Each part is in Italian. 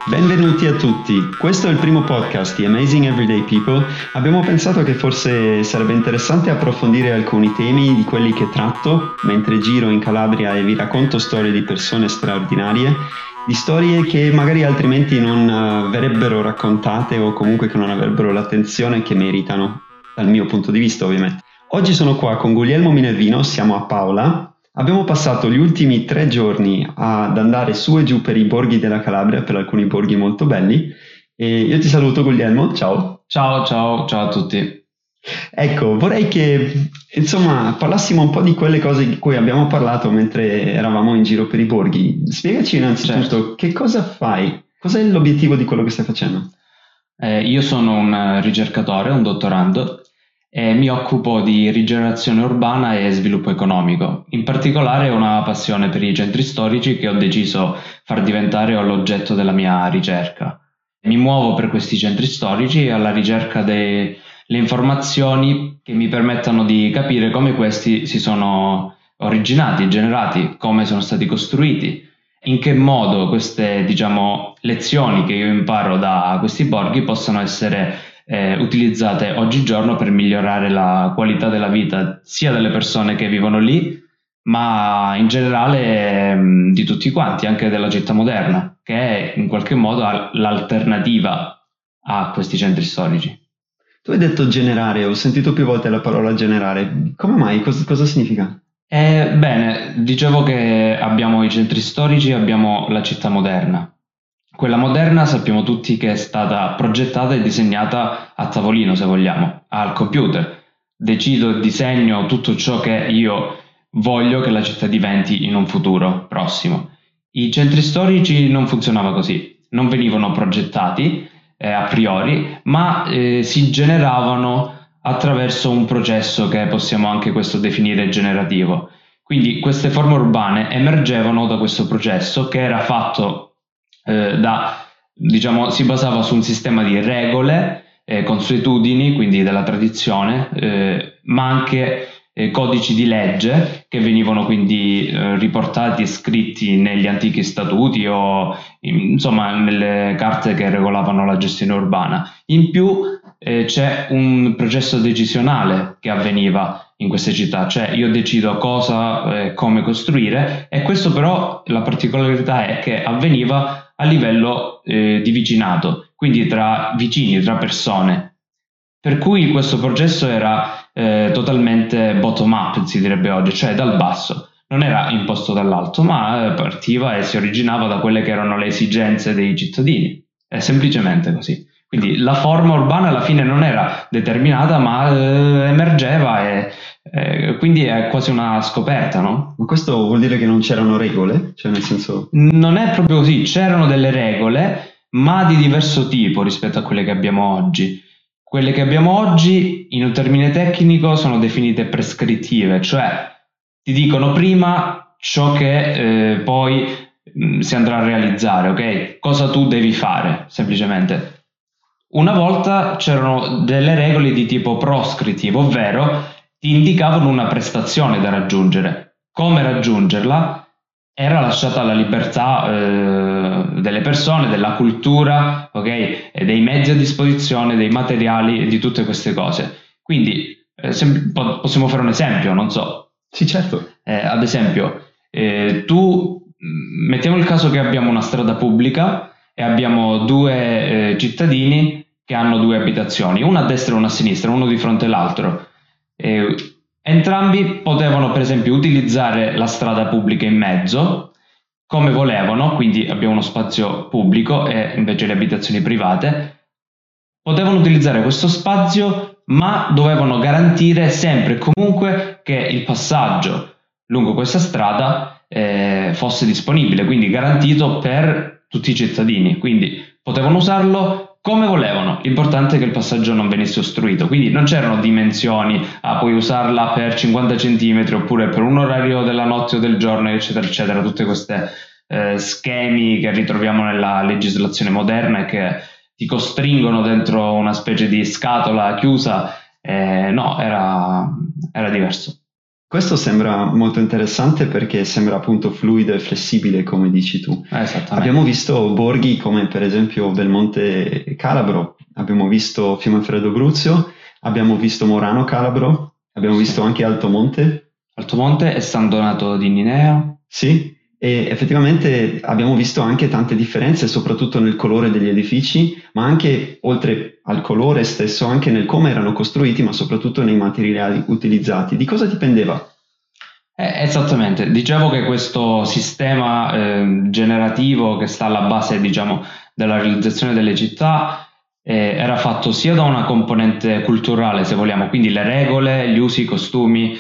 Benvenuti a tutti, questo è il primo podcast di Amazing Everyday People. Abbiamo pensato che forse sarebbe interessante approfondire alcuni temi di quelli che tratto mentre giro in Calabria e vi racconto storie di persone straordinarie, di storie che magari altrimenti non verrebbero raccontate o comunque che non avrebbero l'attenzione che meritano, dal mio punto di vista ovviamente. Oggi sono qua con Guglielmo Minervino, siamo a Paola. Abbiamo passato gli ultimi 3 giorni ad andare su e giù per i borghi della Calabria, per alcuni borghi molto belli. E io ti saluto, Guglielmo, ciao. Ciao a tutti. Ecco, vorrei che parlassimo un po' di quelle cose di cui abbiamo parlato mentre eravamo in giro per i borghi. Spiegaci innanzitutto Che cosa fai? Cos'è l'obiettivo di quello che stai facendo? Io sono un ricercatore, un dottorando, e mi occupo di rigenerazione urbana e sviluppo economico. In particolare ho una passione per i centri storici che ho deciso far diventare l'oggetto della mia ricerca. Mi muovo per questi centri storici alla ricerca delle informazioni che mi permettano di capire come questi si sono originati, generati, come sono stati costruiti, in che modo queste, lezioni che io imparo da questi borghi possono essere utilizzate oggigiorno per migliorare la qualità della vita sia delle persone che vivono lì, ma in generale di tutti quanti, anche della città moderna, che è in qualche modo l'alternativa a questi centri storici. Tu hai detto generare, ho sentito più volte la parola generare. Come mai? Cosa significa? Bene, dicevo che abbiamo i centri storici, abbiamo la città moderna. Quella moderna sappiamo tutti che è stata progettata e disegnata a tavolino, se vogliamo, al computer. Decido e disegno tutto ciò che io voglio che la città diventi in un futuro prossimo. I centri storici non funzionava così, non venivano progettati a priori, ma si generavano attraverso un processo che possiamo anche questo definire generativo. Quindi queste forme urbane emergevano da questo processo che era fatto si basava su un sistema di regole, consuetudini, quindi della tradizione, ma anche codici di legge che venivano quindi riportati e scritti negli antichi statuti o insomma nelle carte che regolavano la gestione urbana. In più c'è un processo decisionale che avveniva in queste città, cioè io decido cosa e come costruire, e questo però la particolarità è che avveniva a livello di vicinato, quindi tra vicini, tra persone. Per cui questo processo era totalmente bottom up, si direbbe oggi, cioè dal basso. Non era imposto dall'alto, ma partiva e si originava da quelle che erano le esigenze dei cittadini. È semplicemente così. Quindi la forma urbana alla fine non era determinata, ma emergeva e quindi è quasi una scoperta, no? Ma questo vuol dire che non c'erano regole? Cioè nel senso... Non è proprio così, c'erano delle regole, ma di diverso tipo rispetto a quelle che abbiamo oggi. Quelle che abbiamo oggi, in un termine tecnico, sono definite prescrittive, cioè ti dicono prima ciò che poi si andrà a realizzare, ok? Cosa tu devi fare, semplicemente. Una volta c'erano delle regole di tipo proscrittivo, ovvero ti indicavano una prestazione da raggiungere. Come raggiungerla era lasciata alla libertà delle persone, della cultura, ok? E dei mezzi a disposizione, dei materiali e di tutte queste cose. Quindi possiamo fare un esempio, non so. Sì, certo. Ad esempio, mettiamo il caso che abbiamo una strada pubblica e abbiamo due cittadini che hanno due abitazioni, una a destra e una a sinistra, uno di fronte all'altro. Entrambi potevano per esempio utilizzare la strada pubblica in mezzo come volevano, quindi abbiamo uno spazio pubblico e invece le abitazioni private. Potevano utilizzare questo spazio, ma dovevano garantire sempre e comunque che il passaggio lungo questa strada fosse disponibile, quindi garantito per tutti i cittadini, quindi potevano usarlo come volevano, l'importante è che il passaggio non venisse ostruito, quindi non c'erano dimensioni, puoi usarla per 50 cm oppure per un orario della notte o del giorno, eccetera eccetera, tutte queste schemi che ritroviamo nella legislazione moderna e che ti costringono dentro una specie di scatola chiusa. No, era diverso. Questo sembra molto interessante perché sembra appunto fluido e flessibile, come dici tu. Esattamente. Abbiamo visto borghi come per esempio Belmonte Calabro, abbiamo visto Fiumefreddo Bruzio, abbiamo visto Morano Calabro, abbiamo visto anche Altomonte. Altomonte e San Donato di Nineo. Sì, e effettivamente abbiamo visto anche tante differenze, soprattutto nel colore degli edifici, ma anche oltre al colore stesso, anche nel come erano costruiti, ma soprattutto nei materiali utilizzati. Di cosa dipendeva? Esattamente, dicevo che questo sistema generativo che sta alla base, diciamo, della realizzazione delle città era fatto sia da una componente culturale, se vogliamo, quindi le regole, gli usi, i costumi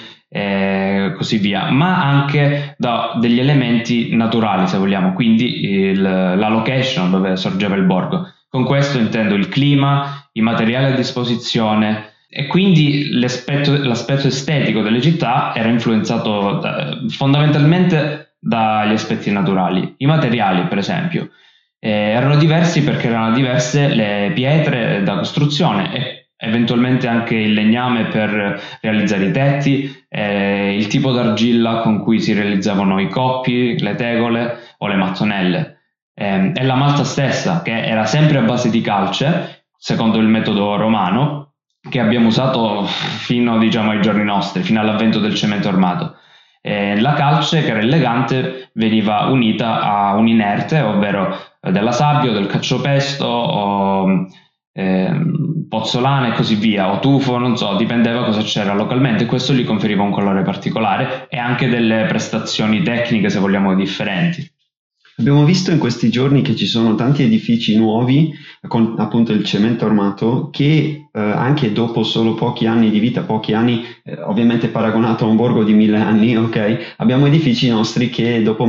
e così via, ma anche da degli elementi naturali, se vogliamo, quindi la location dove sorgeva il borgo. Con questo intendo il clima, i materiali a disposizione. E quindi l'aspetto estetico delle città era influenzato fondamentalmente dagli aspetti naturali. I materiali, per esempio, erano diversi perché erano diverse le pietre da costruzione e eventualmente anche il legname per realizzare i tetti, il tipo d'argilla con cui si realizzavano i coppi, le tegole o le mattonelle. E la malta stessa, che era sempre a base di calce, secondo il metodo romano, che abbiamo usato fino, diciamo, ai giorni nostri, fino all'avvento del cemento armato. La calce, che era elegante, veniva unita a un inerte, ovvero della sabbia o del cacciopesto o pozzolana e così via, o tufo, non so, dipendeva cosa c'era localmente. Questo gli conferiva un colore particolare e anche delle prestazioni tecniche, se vogliamo, differenti. Abbiamo visto in questi giorni che ci sono tanti edifici nuovi con appunto il cemento armato che anche dopo solo pochi anni di vita, pochi anni ovviamente paragonato a un borgo di 1000 anni, ok? Abbiamo edifici nostri che dopo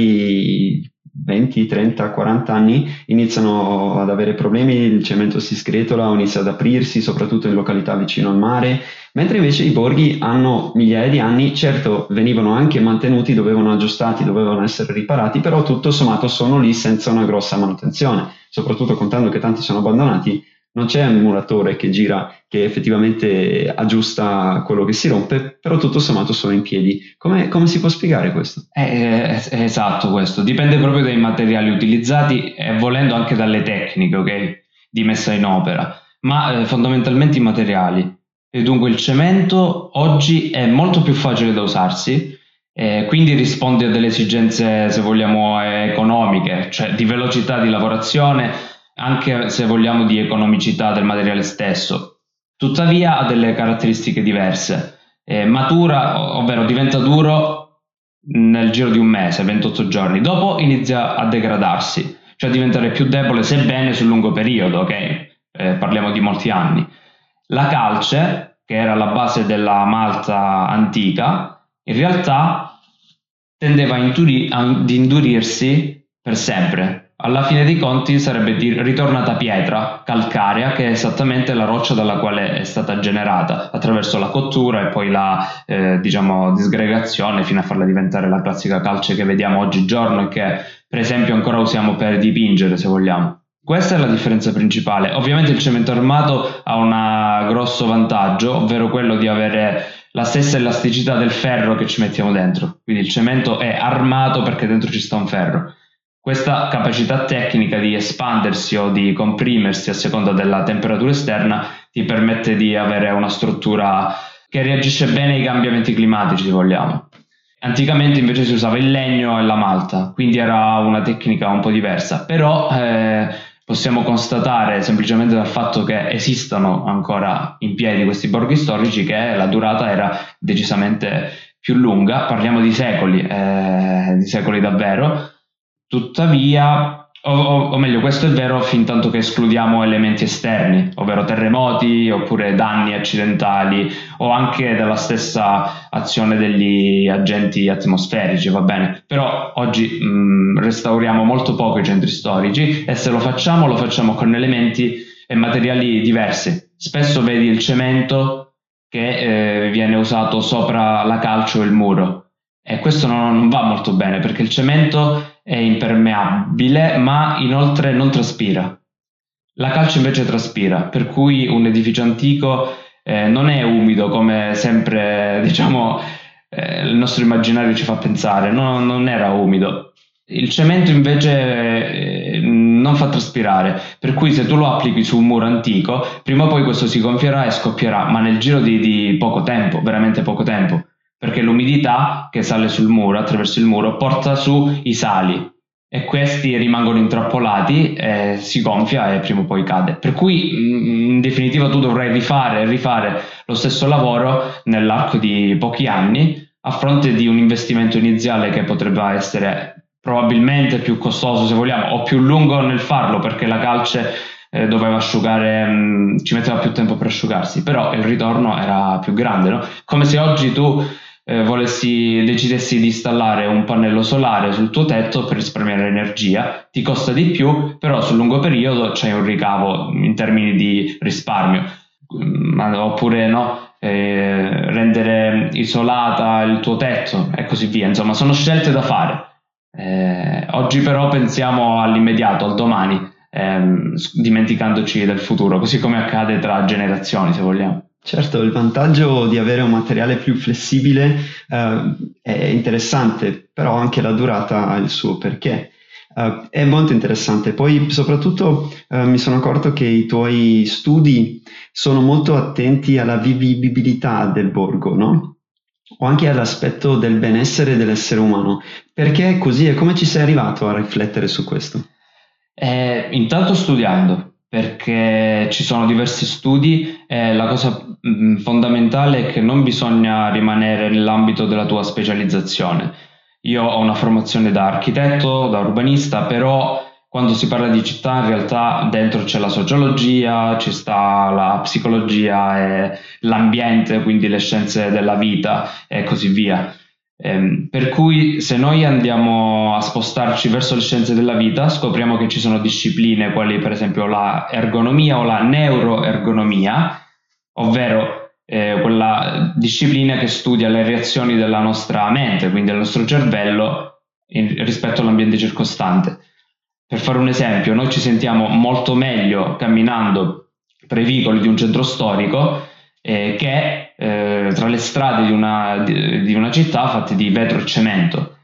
magari 20, 30, 40 anni iniziano ad avere problemi, il cemento si sgretola, inizia ad aprirsi, soprattutto in località vicino al mare, mentre invece i borghi hanno migliaia di anni, certo venivano anche mantenuti, dovevano aggiustati, dovevano essere riparati, però tutto sommato sono lì senza una grossa manutenzione, soprattutto contando che tanti sono abbandonati. Non c'è un muratore che gira, che effettivamente aggiusta quello che si rompe, però tutto sommato sono in piedi. Come si può spiegare questo? Esatto, questo dipende proprio dai materiali utilizzati e volendo anche dalle tecniche, ok, di messa in opera, ma fondamentalmente i materiali. E dunque il cemento oggi è molto più facile da usarsi, quindi risponde a delle esigenze, se vogliamo, economiche, cioè di velocità di lavorazione, anche se vogliamo di economicità del materiale stesso. Tuttavia ha delle caratteristiche diverse. Matura, ovvero diventa duro nel giro di un mese, 28 giorni. Dopo inizia a degradarsi, cioè a diventare più debole, sebbene sul lungo periodo, ok? Parliamo di molti anni. La calce, che era la base della malta antica, in realtà tendeva ad indurirsi per sempre. Alla fine dei conti sarebbe ritornata pietra calcarea, che è esattamente la roccia dalla quale è stata generata attraverso la cottura e poi la diciamo disgregazione fino a farla diventare la classica calce che vediamo oggigiorno e che per esempio ancora usiamo per dipingere, se vogliamo. Questa è la differenza principale. Ovviamente il cemento armato ha un grosso vantaggio, ovvero quello di avere la stessa elasticità del ferro che ci mettiamo dentro. Quindi il cemento è armato perché dentro ci sta un ferro. Questa capacità tecnica di espandersi o di comprimersi a seconda della temperatura esterna ti permette di avere una struttura che reagisce bene ai cambiamenti climatici, se vogliamo. Anticamente invece si usava il legno e la malta, quindi era una tecnica un po' diversa, però possiamo constatare semplicemente dal fatto che esistano ancora in piedi questi borghi storici che la durata era decisamente più lunga, parliamo di secoli davvero. Tuttavia, o meglio, questo è vero fin tanto che escludiamo elementi esterni, ovvero terremoti oppure danni accidentali o anche dalla stessa azione degli agenti atmosferici, va bene? Però oggi restauriamo molto poco i centri storici e se lo facciamo con elementi e materiali diversi. Spesso vedi il cemento che viene usato sopra la calce o il muro e questo non va molto bene perché il cemento è impermeabile ma inoltre non traspira. La calce invece traspira, per cui un edificio antico non è umido come sempre diciamo il nostro immaginario ci fa pensare, no, non era umido. Il cemento invece non fa traspirare, per cui se tu lo applichi su un muro antico, prima o poi questo si gonfierà e scoppierà, ma nel giro di poco tempo, veramente poco tempo, perché l'umidità che sale sul muro, attraverso il muro, porta su i sali e questi rimangono intrappolati, si gonfia e prima o poi cade. Per cui in definitiva tu dovrai rifare lo stesso lavoro nell'arco di pochi anni, a fronte di un investimento iniziale che potrebbe essere probabilmente più costoso, se vogliamo, o più lungo nel farlo, perché la calce doveva asciugare, ci metteva più tempo per asciugarsi, però il ritorno era più grande, no? Come se oggi tu decidessi di installare un pannello solare sul tuo tetto per risparmiare energia, ti costa di più, però sul lungo periodo c'hai un ricavo in termini di risparmio. Oppure no, rendere isolata il tuo tetto e così via. Insomma, sono scelte da fare. Oggi però pensiamo all'immediato, al domani, dimenticandoci del futuro, così come accade tra generazioni, se vogliamo. Certo, il vantaggio di avere un materiale più flessibile è interessante, però anche la durata ha il suo perché. È molto interessante. Poi soprattutto mi sono accorto che i tuoi studi sono molto attenti alla vivibilità del borgo, no? O anche all'aspetto del benessere dell'essere umano. Perché è così e come ci sei arrivato a riflettere su questo? Intanto studiando, perché ci sono diversi studi e la cosa fondamentale è che non bisogna rimanere nell'ambito della tua specializzazione. Io ho una formazione da architetto, da urbanista, però quando si parla di città in realtà dentro c'è la sociologia, ci sta la psicologia e l'ambiente, quindi le scienze della vita e così via. Per cui se noi andiamo a spostarci verso le scienze della vita, scopriamo che ci sono discipline quali per esempio la ergonomia o la neuroergonomia, ovvero quella disciplina che studia le reazioni della nostra mente, quindi del nostro cervello rispetto all'ambiente circostante. Per fare un esempio, noi ci sentiamo molto meglio camminando tra i vicoli di un centro storico che tra le strade di una città fatte di vetro e cemento.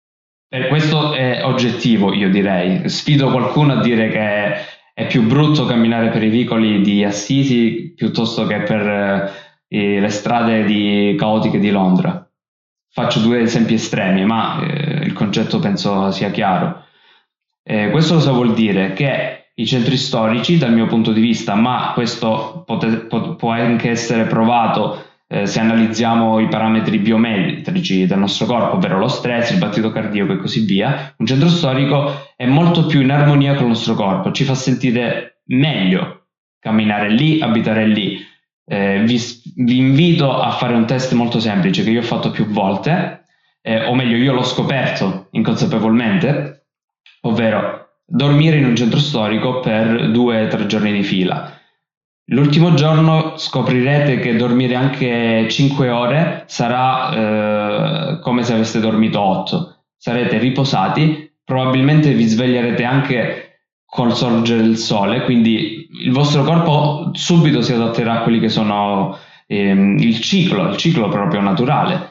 Questo è oggettivo, io direi. Sfido qualcuno a dire che è più brutto camminare per i vicoli di Assisi piuttosto che per le strade caotiche di Londra. Faccio due esempi estremi, ma il concetto penso sia chiaro. Questo cosa vuol dire? Che i centri storici, dal mio punto di vista, ma questo può anche essere provato se analizziamo i parametri biometrici del nostro corpo, ovvero lo stress, il battito cardiaco e così via, un centro storico è molto più in armonia con il nostro corpo, ci fa sentire meglio camminare lì, abitare lì. Vi invito a fare un test molto semplice che io ho fatto più volte, o meglio io l'ho scoperto inconsapevolmente, ovvero dormire in un centro storico per 2-3 giorni di fila. L'ultimo giorno scoprirete che dormire anche 5 ore sarà come se aveste dormito 8. Sarete riposati, probabilmente vi sveglierete anche col sorgere del sole, quindi il vostro corpo subito si adatterà a quelli che sono il ciclo proprio naturale.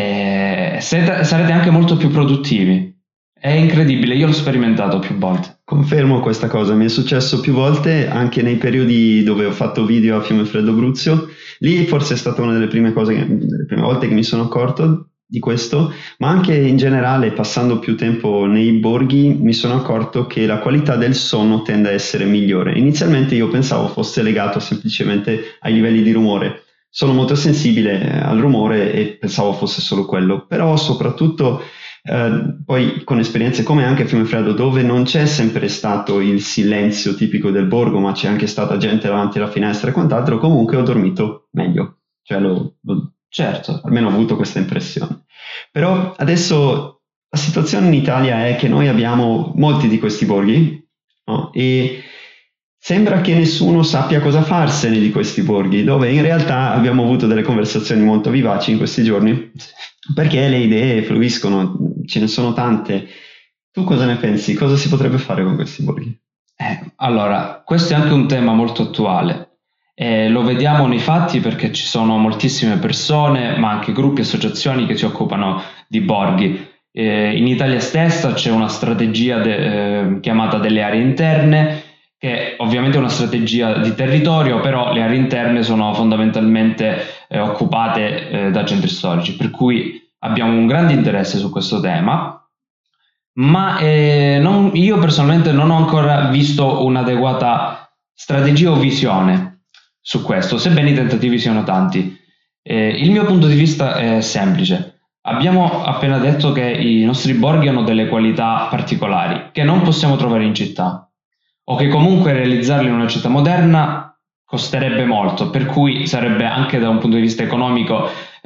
Sarete anche molto più produttivi. È incredibile, io l'ho sperimentato più volte. Confermo questa cosa, mi è successo più volte anche nei periodi dove ho fatto video a Fiumefreddo Bruzio. Lì forse è stata una delle prime volte che mi sono accorto di questo, ma anche in generale, passando più tempo nei borghi, mi sono accorto che la qualità del sonno tende a essere migliore. Inizialmente io pensavo fosse legato semplicemente ai livelli di rumore. Sono molto sensibile al rumore e pensavo fosse solo quello, però soprattutto poi con esperienze come anche a Fiumefreddo, dove non c'è sempre stato il silenzio tipico del borgo, ma c'è anche stata gente davanti alla finestra e quant'altro, comunque ho dormito meglio, cioè certo, almeno ho avuto questa impressione. Però adesso la situazione in Italia è che noi abbiamo molti di questi borghi, no? E sembra che nessuno sappia cosa farsene di questi borghi, dove in realtà abbiamo avuto delle conversazioni molto vivaci in questi giorni, perché le idee fluiscono, ce ne sono tante. Tu cosa ne pensi? Cosa si potrebbe fare con questi borghi? Allora, questo è anche un tema molto attuale. Lo vediamo nei fatti perché ci sono moltissime persone, ma anche gruppi e associazioni che si occupano di borghi. In Italia stessa c'è una strategia chiamata delle aree interne, che ovviamente è una strategia di territorio, però le aree interne sono fondamentalmente occupate da centri storici, per cui abbiamo un grande interesse su questo tema. Ma io personalmente non ho ancora visto un'adeguata strategia o visione su questo, sebbene i tentativi siano tanti. Il mio punto di vista è semplice. Abbiamo appena detto che i nostri borghi hanno delle qualità particolari che non possiamo trovare in città, o che comunque realizzarli in una città moderna costerebbe molto, per cui sarebbe anche da un punto di vista economico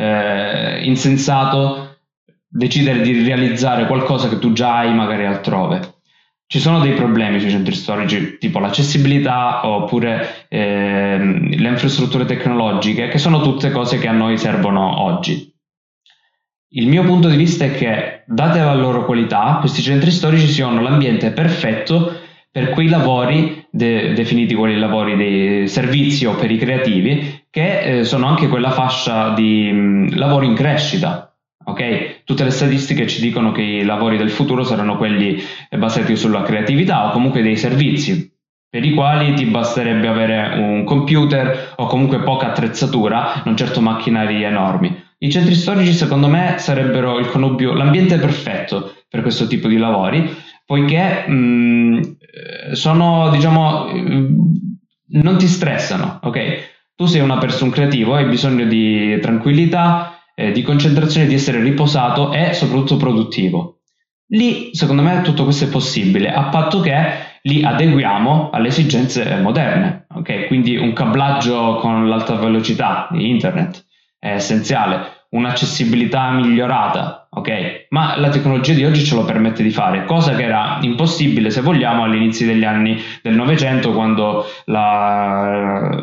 insensato decidere di realizzare qualcosa che tu già hai magari altrove. Ci sono dei problemi sui centri storici, tipo l'accessibilità oppure le infrastrutture tecnologiche, che sono tutte cose che a noi servono oggi. Il mio punto di vista è che, date la loro qualità, questi centri storici siano l'ambiente perfetto per quei lavori definiti quali lavori dei servizi o per i creativi, che sono anche quella fascia di lavori in crescita. Ok? Tutte le statistiche ci dicono che i lavori del futuro saranno quelli basati sulla creatività o comunque dei servizi per i quali ti basterebbe avere un computer o comunque poca attrezzatura, non certo macchinari enormi. I centri storici secondo me sarebbero il connubio, l'ambiente perfetto per questo tipo di lavori, poiché sono, diciamo, non ti stressano, ok? Tu sei una persona creativa, hai bisogno di tranquillità, di concentrazione, di essere riposato e soprattutto produttivo. Lì, secondo me, tutto questo è possibile, a patto che li adeguiamo alle esigenze moderne, ok? Quindi un cablaggio con l'alta velocità di internet è essenziale, un'accessibilità migliorata, ok? Ma la tecnologia di oggi ce lo permette di fare, cosa che era impossibile, se vogliamo, all'inizio degli anni del Novecento, quando la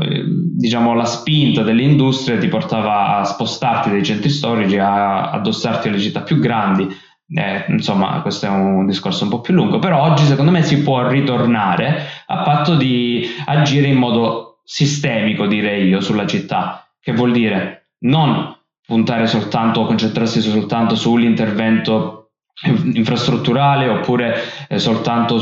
spinta delle industrie ti portava a spostarti dai centri storici, a addossarti alle città più grandi. Insomma, questo è un discorso un po' più lungo, però oggi secondo me si può ritornare a patto di agire in modo sistemico, direi io, sulla città, che vuol dire non puntare soltanto o concentrarsi soltanto sull'intervento infrastrutturale oppure soltanto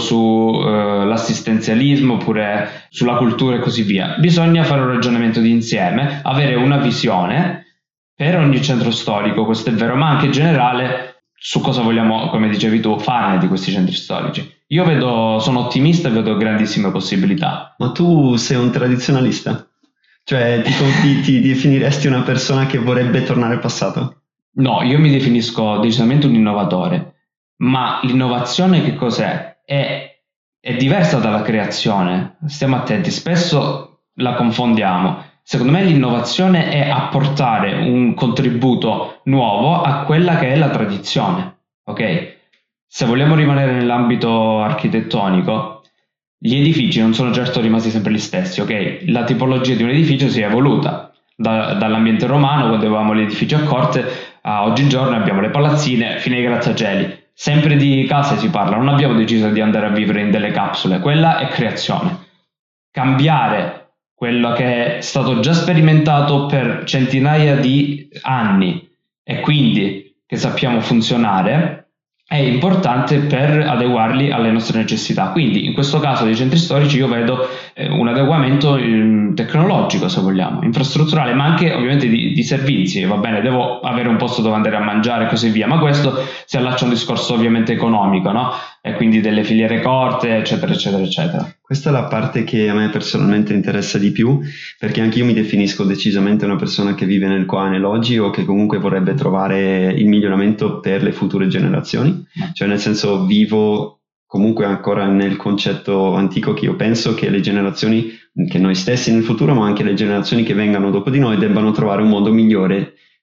sull'assistenzialismo oppure sulla cultura e così via. Bisogna fare un ragionamento di insieme, avere una visione per ogni centro storico, questo è vero, ma anche generale su cosa vogliamo, come dicevi tu, farne di questi centri storici. Io sono ottimista e vedo grandissime possibilità. Ma tu sei un tradizionalista? Cioè ti definiresti una persona che vorrebbe tornare al passato? No, io mi definisco decisamente un innovatore, ma l'innovazione che cos'è? È diversa dalla creazione, stiamo attenti, spesso la confondiamo. Secondo me l'innovazione è apportare un contributo nuovo a quella che è la tradizione, ok? Se vogliamo rimanere nell'ambito architettonico, gli edifici non sono certo rimasti sempre gli stessi, ok? La tipologia di un edificio si è evoluta dall'ambiente romano, quando avevamo gli edifici a corte, a oggigiorno abbiamo le palazzine, fino ai grattacieli. Sempre di case si parla, non abbiamo deciso di andare a vivere in delle capsule, quella è creazione. Cambiare quello che è stato già sperimentato per centinaia di anni e quindi che sappiamo funzionare è importante per adeguarli alle nostre necessità. Quindi in questo caso dei centri storici io vedo un adeguamento tecnologico, se vogliamo, infrastrutturale, ma anche ovviamente di servizi. Va bene, devo avere un posto dove andare a mangiare e così via, ma questo si allaccia a un discorso ovviamente economico, no? E quindi delle filiere corte, eccetera, eccetera, eccetera. Questa è la parte che a me personalmente interessa di più, perché anche io mi definisco decisamente una persona che vive nel qua e nell'oggi o che comunque vorrebbe trovare il miglioramento per le future generazioni. Cioè nel senso vivo comunque ancora nel concetto antico che io penso che le generazioni, che noi stessi nel futuro, ma anche le generazioni che vengano dopo di noi, debbano trovare un modo migliore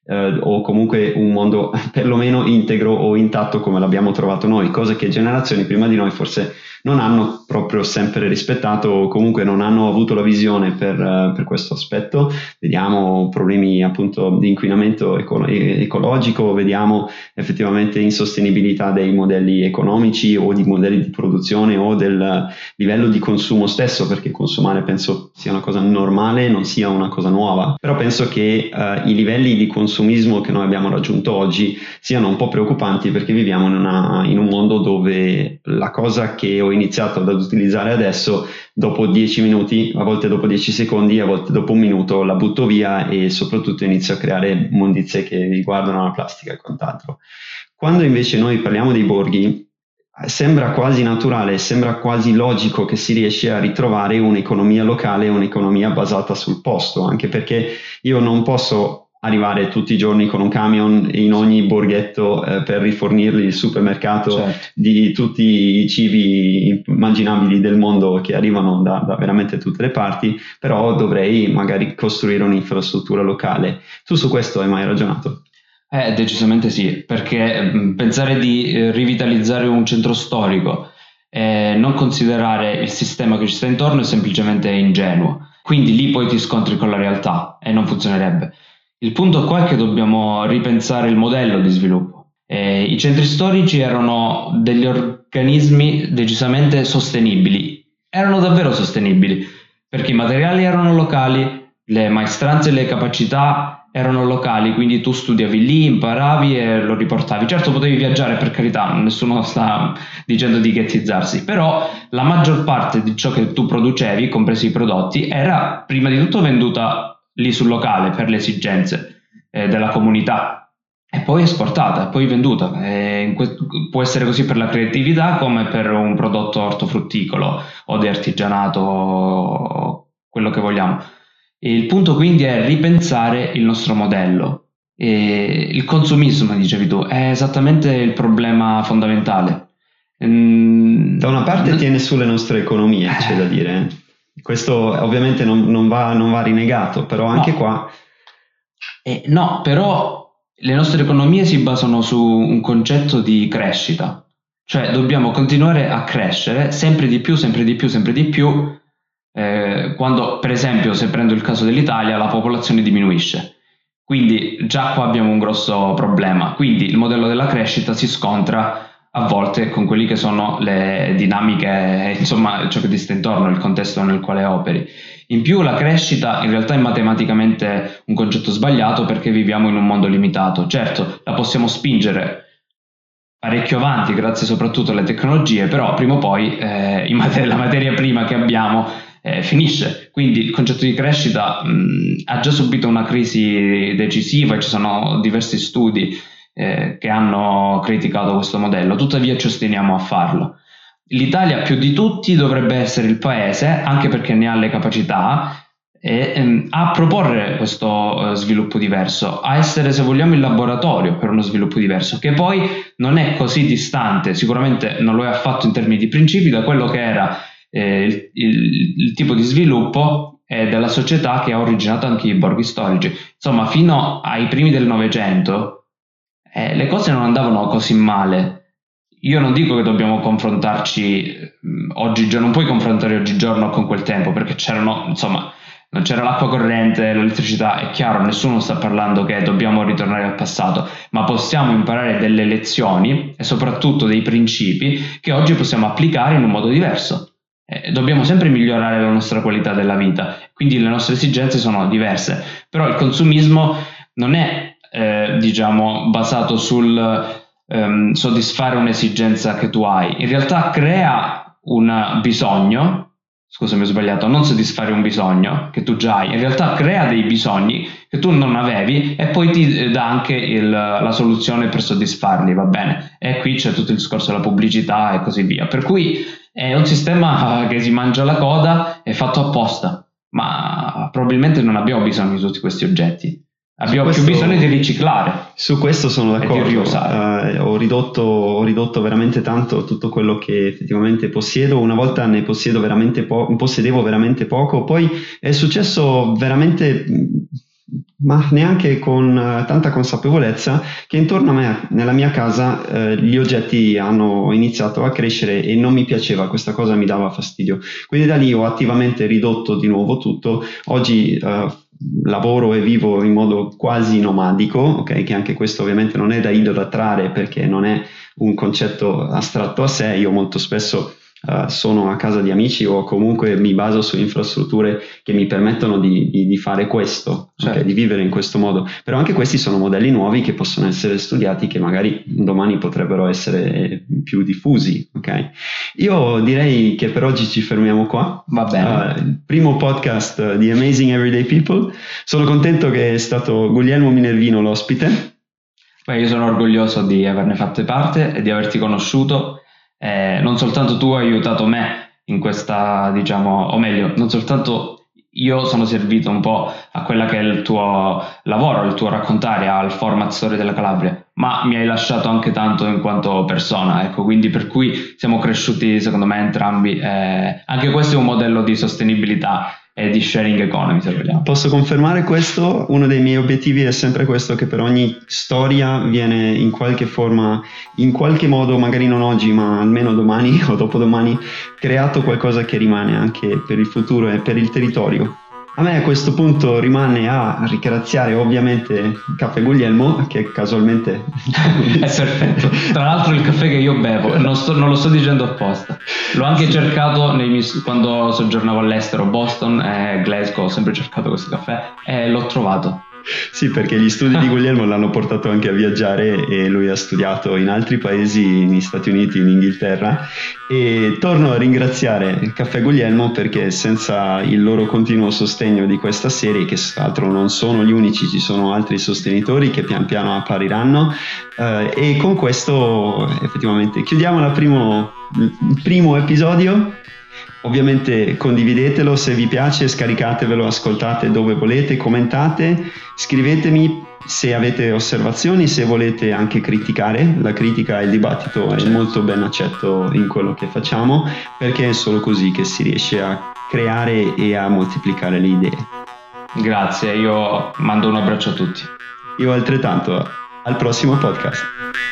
o comunque un mondo perlomeno integro o intatto come l'abbiamo trovato noi, cosa che generazioni prima di noi forse non hanno proprio sempre rispettato o comunque non hanno avuto la visione per questo aspetto. Vediamo problemi appunto di inquinamento ecologico, vediamo effettivamente insostenibilità dei modelli economici o di modelli di produzione o del livello di consumo stesso, perché consumare penso sia una cosa normale, non sia una cosa nuova, però penso che i livelli di consumismo che noi abbiamo raggiunto oggi siano un po' preoccupanti, perché viviamo in un mondo dove la cosa che ho iniziato ad utilizzare adesso, dopo 10 minuti, a volte dopo 10 secondi, a volte dopo un minuto la butto via e soprattutto inizio a creare immondizie che riguardano la plastica e quant'altro. Quando invece noi parliamo dei borghi, sembra quasi naturale, sembra quasi logico che si riesce a ritrovare un'economia locale, un'economia basata sul posto, anche perché io non posso arrivare tutti i giorni con un camion in ogni borghetto per rifornirgli il supermercato, certo, di tutti i cibi immaginabili del mondo che arrivano da veramente tutte le parti, però dovrei magari costruire un'infrastruttura locale. Tu su questo hai mai ragionato? Decisamente sì, perché pensare di rivitalizzare un centro storico e non considerare il sistema che ci sta intorno è semplicemente ingenuo. Quindi lì poi ti scontri con la realtà e non funzionerebbe. Il punto qua è che dobbiamo ripensare il modello di sviluppo. I centri storici erano degli organismi decisamente sostenibili, erano davvero sostenibili, perché i materiali erano locali, le maestranze e le capacità erano locali, quindi tu studiavi lì, imparavi e lo riportavi. Certo, potevi viaggiare, per carità, nessuno sta dicendo di ghettizzarsi, però la maggior parte di ciò che tu producevi, compresi i prodotti, era prima di tutto venduta lì sul locale per le esigenze della comunità e poi esportata, poi venduta. Può essere così per la creatività come per un prodotto ortofrutticolo o di artigianato o quello che vogliamo. E il punto quindi è ripensare il nostro modello. E il consumismo, dicevi tu, è esattamente il problema fondamentale. Da una parte tiene sulle nostre economie, c'è da dire. Questo ovviamente non va rinegato, però anche qua... no, però le nostre economie si basano su un concetto di crescita. Cioè dobbiamo continuare a crescere sempre di più, sempre di più, sempre di più, quando per esempio, se prendo il caso dell'Italia, la popolazione diminuisce. Quindi già qua abbiamo un grosso problema. Quindi il modello della crescita si scontra a volte con quelli che sono le dinamiche, insomma ciò che ti sta intorno, il contesto nel quale operi. In più la crescita in realtà è matematicamente un concetto sbagliato, perché viviamo in un mondo limitato. Certo, la possiamo spingere parecchio avanti grazie soprattutto alle tecnologie, però prima o poi la materia prima che abbiamo finisce. Quindi il concetto di crescita ha già subito una crisi decisiva e ci sono diversi studi che hanno criticato questo modello. Tuttavia ci ostiniamo a farlo. L'Italia più di tutti dovrebbe essere il paese, anche perché ne ha le capacità, a proporre questo sviluppo diverso, a essere, se vogliamo, il laboratorio per uno sviluppo diverso, che poi non è così distante, sicuramente non lo è affatto in termini di principi, da quello che era il tipo di sviluppo della società che ha originato anche i borghi storici. Insomma, fino ai primi del Novecento le cose non andavano così male. Io non dico che dobbiamo confrontarci oggigiorno, non puoi confrontare oggigiorno con quel tempo, perché non c'era l'acqua corrente, l'elettricità, è chiaro, nessuno sta parlando che dobbiamo ritornare al passato, ma possiamo imparare delle lezioni e soprattutto dei principi che oggi possiamo applicare in un modo diverso. Dobbiamo sempre migliorare la nostra qualità della vita, quindi le nostre esigenze sono diverse, però il consumismo non è basato sul soddisfare un'esigenza che tu hai. In realtà crea un bisogno, scusami ho sbagliato, non soddisfare un bisogno che tu già hai, in realtà crea dei bisogni che tu non avevi e poi ti dà anche la soluzione per soddisfarli, va bene? E qui c'è tutto il discorso della pubblicità e così via, per cui è un sistema che si mangia la coda, è fatto apposta, ma probabilmente non abbiamo bisogno di tutti questi oggetti. Abbiamo più bisogno di riciclare. Su questo sono d'accordo. Ho ridotto veramente tanto tutto quello che effettivamente possiedo. Una volta ne possedevo veramente poco. Poi è successo veramente ma neanche con tanta consapevolezza che intorno a me, nella mia casa, gli oggetti hanno iniziato a crescere e non mi piaceva, questa cosa mi dava fastidio. Quindi da lì ho attivamente ridotto di nuovo tutto. Oggi lavoro e vivo in modo quasi nomadico, ok? Che anche questo ovviamente non è da idolatrare perché non è un concetto astratto a sé. Io molto spesso sono a casa di amici o comunque mi baso su infrastrutture che mi permettono di fare questo, certo. Okay, di vivere in questo modo. Però anche questi sono modelli nuovi che possono essere studiati, che magari domani potrebbero essere più diffusi. Okay? Io direi che per oggi ci fermiamo qua. Va bene. Il primo podcast di Amazing Everyday People. Sono contento che è stato Guglielmo Minervino l'ospite. Beh, io sono orgoglioso di averne fatto parte e di averti conosciuto. Non soltanto tu hai aiutato me in questa, diciamo, o meglio, non soltanto io sono servito un po' a quella che è il tuo lavoro, il tuo raccontare al format Storie della Calabria, ma mi hai lasciato anche tanto in quanto persona, ecco, quindi per cui siamo cresciuti secondo me entrambi. Anche questo è un modello di sostenibilità e di sharing economy, se vogliamo. Posso confermare questo? Uno dei miei obiettivi è sempre questo, che per ogni storia viene in qualche forma, in qualche modo, magari non oggi, ma almeno domani o dopodomani, creato qualcosa che rimane anche per il futuro e per il territorio. A me a questo punto rimane a ringraziare ovviamente Caffè Guglielmo, che casualmente è perfetto. Tra l'altro il caffè che io bevo, non lo sto dicendo apposta, l'ho anche cercato quando soggiornavo all'estero, Boston e Glasgow, ho sempre cercato questo caffè e l'ho trovato. Sì, perché gli studi di Guglielmo l'hanno portato anche a viaggiare e lui ha studiato in altri paesi, negli Stati Uniti, in Inghilterra, e torno a ringraziare Caffè Guglielmo perché senza il loro continuo sostegno di questa serie, che tra l'altro non sono gli unici, ci sono altri sostenitori che pian piano appariranno, e con questo effettivamente chiudiamo il primo episodio. Ovviamente condividetelo se vi piace, scaricatevelo, ascoltate dove volete, commentate, scrivetemi se avete osservazioni, se volete anche criticare. La critica e il dibattito è molto ben accetto in quello che facciamo, perché è solo così che si riesce a creare e a moltiplicare le idee. Grazie, io mando un abbraccio a tutti. Io altrettanto, al prossimo podcast.